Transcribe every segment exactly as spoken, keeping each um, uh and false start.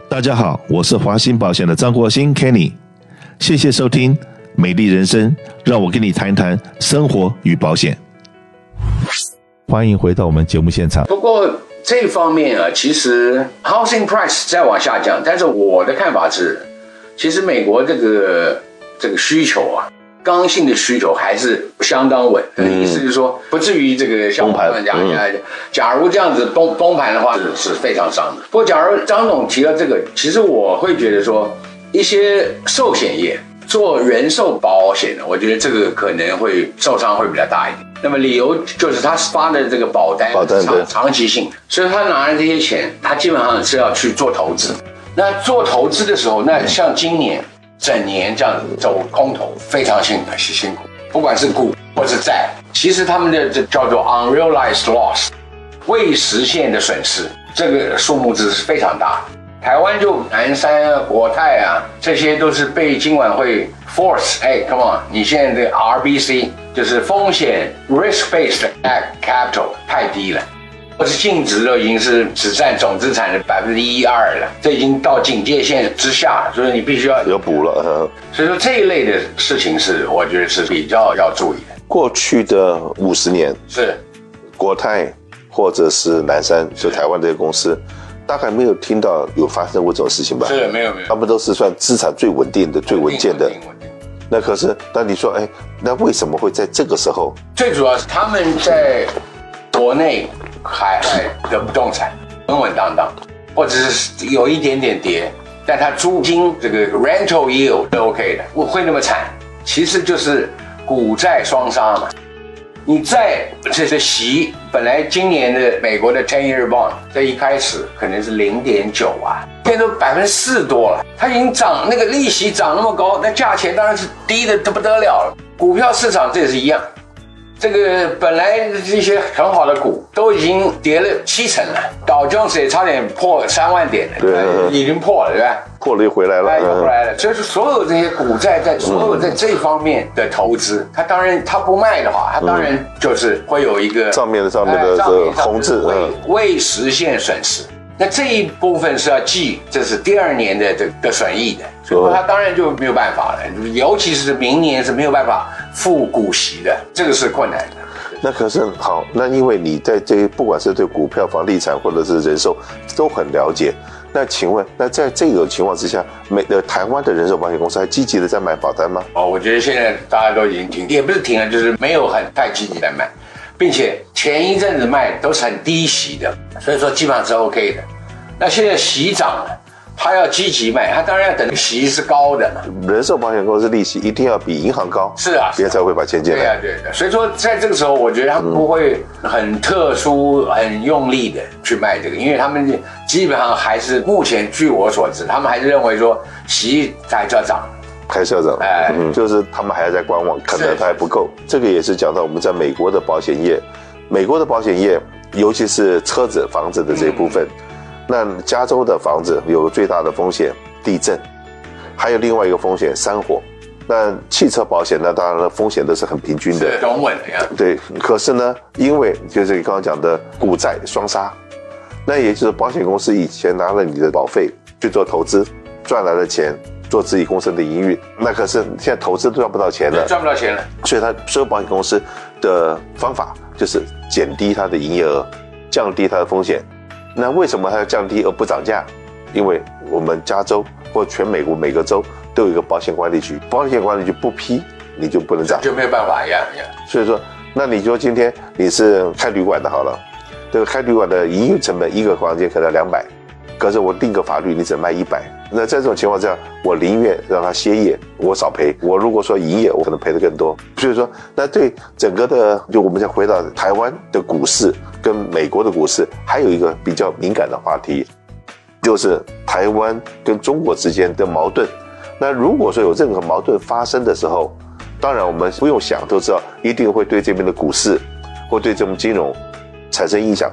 大家好，我是华兴保险的张国兴 Kenny， 谢谢收听美丽人生，让我跟你谈一谈生活与保险。欢迎回到我们节目现场。 不过这方面啊，其实 housing price 在往下降，但是我的看法是，其实美国这个这个需求啊，刚性的需求还是相当稳。嗯、意思就是说，不至于这个像我们讲，嗯、假如这样子崩崩盘的话，是是非常伤的。不过，假如张总提到这个，其实我会觉得说，一些寿险业做人寿保险的，我觉得这个可能会受伤会比较大一点。那么理由就是他发的这个保单保单长长期性，所以他拿了这些钱，他基本上是要去做投资。那做投资的时候，那像今年整年这样子走空头，非常辛苦辛苦，不管是股或是债，其实他们的这叫做 unrealized loss， 未实现的损失，这个数目字是非常大的。台湾就南山啊、国泰啊，这些都是被金管会 force， 哎 ，come on， 你现在这个 R B C 就是风险 risk-based capital 太低了，或是净值都已经是只占总资产的百分之一二了，这已经到警戒线之下，所以你必须要有补了。嗯、 所以说这一类的事情是我觉得是比较要注意的。 过去的五十年是国泰或者是南山，就台湾这些公司。大概没有听到有发生过这种事情吧？ 是没有没有， 他们都是算资产最稳定的、最稳健的。那可是，当你说，哎，那为什么会在这个时候？ 最主要是他们在国内海外的不动产稳稳当当，或者是有一点点跌，但它租金这个 rental yield 是 OK 的，不会那么惨。其实就是股债双杀嘛。你债这些息，本来今年的美国的 ten year bond 在一开始可能是 零点九 啊，现在都百分之四多了，它已经涨，那个利息涨那么高，那价钱当然是低的不得了了。股票市场这也是一样，这个本来这些很好的股都已经跌了七成了，道琼斯也差点破三万点了， 对， 已经破了，对吧？ 破了又回来了， 哎，又回来了。所以说，所有这些股债在所有在这方面的投资，它当然它不卖的话，它当然就是会有一个账面的上面的这个红字， 未未实现损失。那这一部分是要记，这是第二年的这个损益的，所以说它当然就没有办法了，尤其是明年是没有办法付股息的，这个是困难的。 那可是好，那因为你在这不管是对股票、房地产或者是人寿都很了解。那请问，那在这个情况之下，美呃台湾的人寿保险公司还积极的在买保单吗？ 哦，我觉得现在大家都已经停，也不是停了，就是没有很太积极在卖，并且前一阵子卖都是很低息的，所以说基本上是 OK 的。那现在息涨了，他要积极卖，他当然要等息是高的嘛。 人寿保险公司利息一定要比银行高， 是啊， 别人才会把钱进来。 对啊，对的。所以说在这个时候，我觉得他们不会很特殊、很用力的去卖这个，因为他们基本上还是目前据我所知，他们还是认为说息还是要涨。 还是要涨，哎，嗯，就是他们还要在观望，可能它还不够。这个也是讲到我们在美国的保险业，美国的保险业，尤其是车子、房子的这一部分。嗯，那加州的房子有最大的风险地震，还有另外一个风险山火。那汽车保险呢，当然了，风险都是很平均的， 是很稳的呀。 对，可是呢，因为就是你刚刚讲的股债双杀，那也就是保险公司以前拿了你的保费去做投资，赚来的钱做自己公司的营运，那可是现在投资都赚不到钱了， 赚不到钱了， 所以他所有保险公司的方法就是减低它的营业额，降低它的风险。那为什么它要降低而不涨价？因为我们加州或全美国每个州都有一个保险管理局，保险管理局不批你就不能涨， 就没有办法一样一样。 所以说，那你说今天你是开旅馆的好了，这个开旅馆的营运成本一个房间可能两百，可是我定个法律你只卖一百，那在这种情况下，我宁愿让他歇业，我少赔。我如果说营业，我可能赔得更多。所以说，那对整个的，就我们再回到台湾的股市跟美国的股市，还有一个比较敏感的话题，就是台湾跟中国之间的矛盾。那如果说有任何矛盾发生的时候，当然我们不用想都知道，一定会对这边的股市或对这种金融产生影响。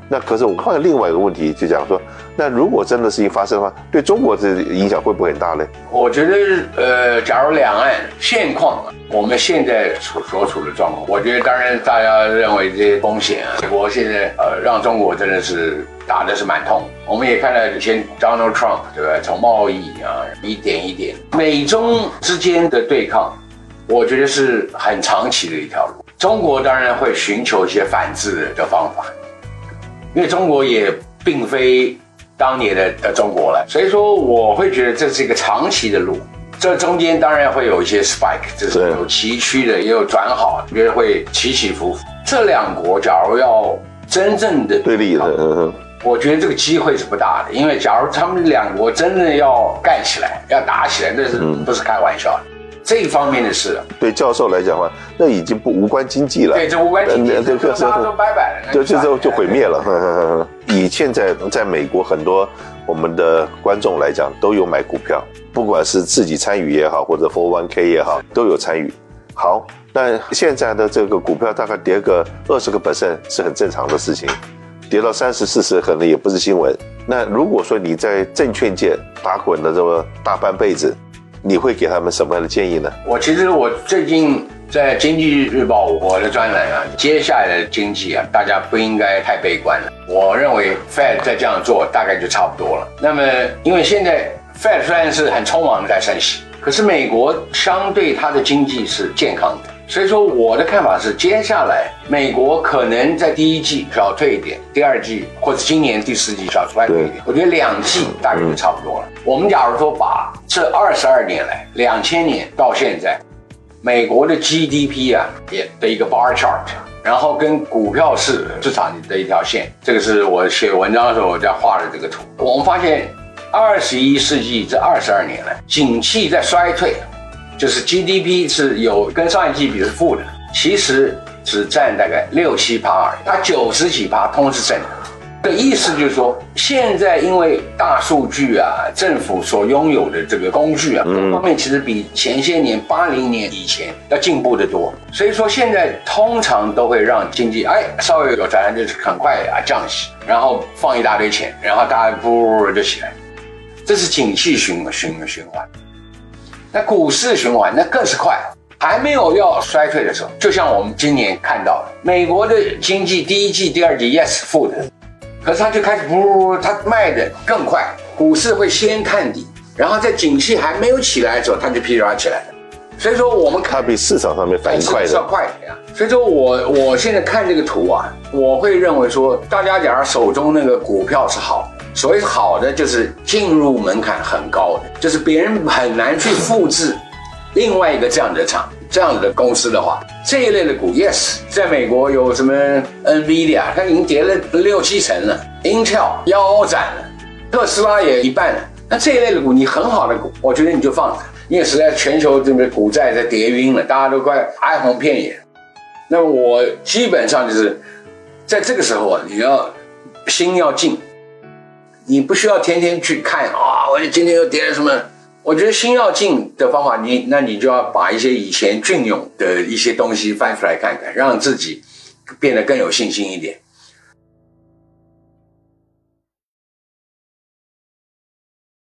那可是我换另外一个问题，就讲说，那如果真的事情发生的话，对中国的影响会不会很大呢？ 我觉得，呃，假如两岸现况，我们现在所所处的状况，我觉得当然大家认为这些风险啊，美国现在呃让中国真的是打的是蛮痛。我们也看到以前 Donald Trump 对吧，从贸易啊一点一点，美中之间的对抗，我觉得是很长期的一条路。中国当然会寻求一些反制的方法。因为中国也并非当年的的中国了，所以说我会觉得这是一个长期的路。这中间当然会有一些 spike， 就是有崎岖的，也有转好，觉得会起起伏伏。这两国假如要真正的对立的，嗯哼， 我觉得这个机会是不大的，因为假如他们两国真的要干起来，要打起来，那是不是开玩笑的。这一方面的事， 对教授来讲的话，那已经不无关经济了。 对，这无关经济， 这个大家都拜拜了， 就就就就毁灭了。以现在在美国很多我们的观众来讲，都有买股票，不管是自己参与也好，或者 四零一 k 也好，都有参与。好，那现在的这个股票大概跌个二十个 percent 是很正常的事情，跌到三十、四十可能也不是新闻。那如果说你在证券界打滚了这么大半辈子，你会给他们什么样的建议呢？ 我其实我最近在经济日报我的专栏啊，接下来的经济啊，大家不应该太悲观了。我认为 Fed 再这样做大概就差不多了。那么因为现在 Fed 虽然是很匆忙的在升息，可是美国相对它的经济是健康的。所以说我的看法是，接下来美国可能在第一季少退一点，第二季或者今年第四季少衰退一点。我觉得两季大概就差不多了。我们假如说把这二十二年来，两千年到现在，美国的 G D P 啊也的一个 bar chart， 然后跟股票市市场的一条线，这个是我写文章的时候我在画的这个图。我们发现二十一世纪这二十二年来，景气在衰退。就是 G D P 是有跟上一季比是负的，其实只占大概六七趴而已，它九十几趴通是正的。这意思就是说，现在因为大数据啊，政府所拥有的这个工具啊，各方面其实比前些年八零年以前要进步得多。所以说现在通常都会让经济哎稍微有转弯，就是很快啊降息，然后放一大堆钱，然后大家噗就起来，这是景气循循循环。那股市循环那更是快，还没有要衰退的时候，就像我们今年看到的，美国的经济第一季、第二季 yes 负的，可是它就开始不，它卖的更快，股市会先看底，然后在景气还没有起来的时候，它就噼里啪啦起来了。所以说我们它比市场上面反应快的， 快的呀。所以说我我现在看这个图啊，我会认为说，大家假如手中那个股票是好的。所谓好的就是进入门槛很高的，就是别人很难去复制另外一个这样的厂、这样的公司的话，这一类的股 yes， 在美国有什么 Nvidia， 它已经跌了六七成了 ，Intel 腰斩了，特斯拉也一半了。那这一类的股，你很好的股，我觉得你就放着，因为实在全球这个股债在跌晕了，大家都快哀鸿遍野。那么我基本上就是在这个时候啊，你要心要静。你不需要天天去看啊，我今天又跌了什么？我觉得心要静的方法，你那你就要把一些以前隽永的一些东西翻出来看看，让自己变得更有信心一点。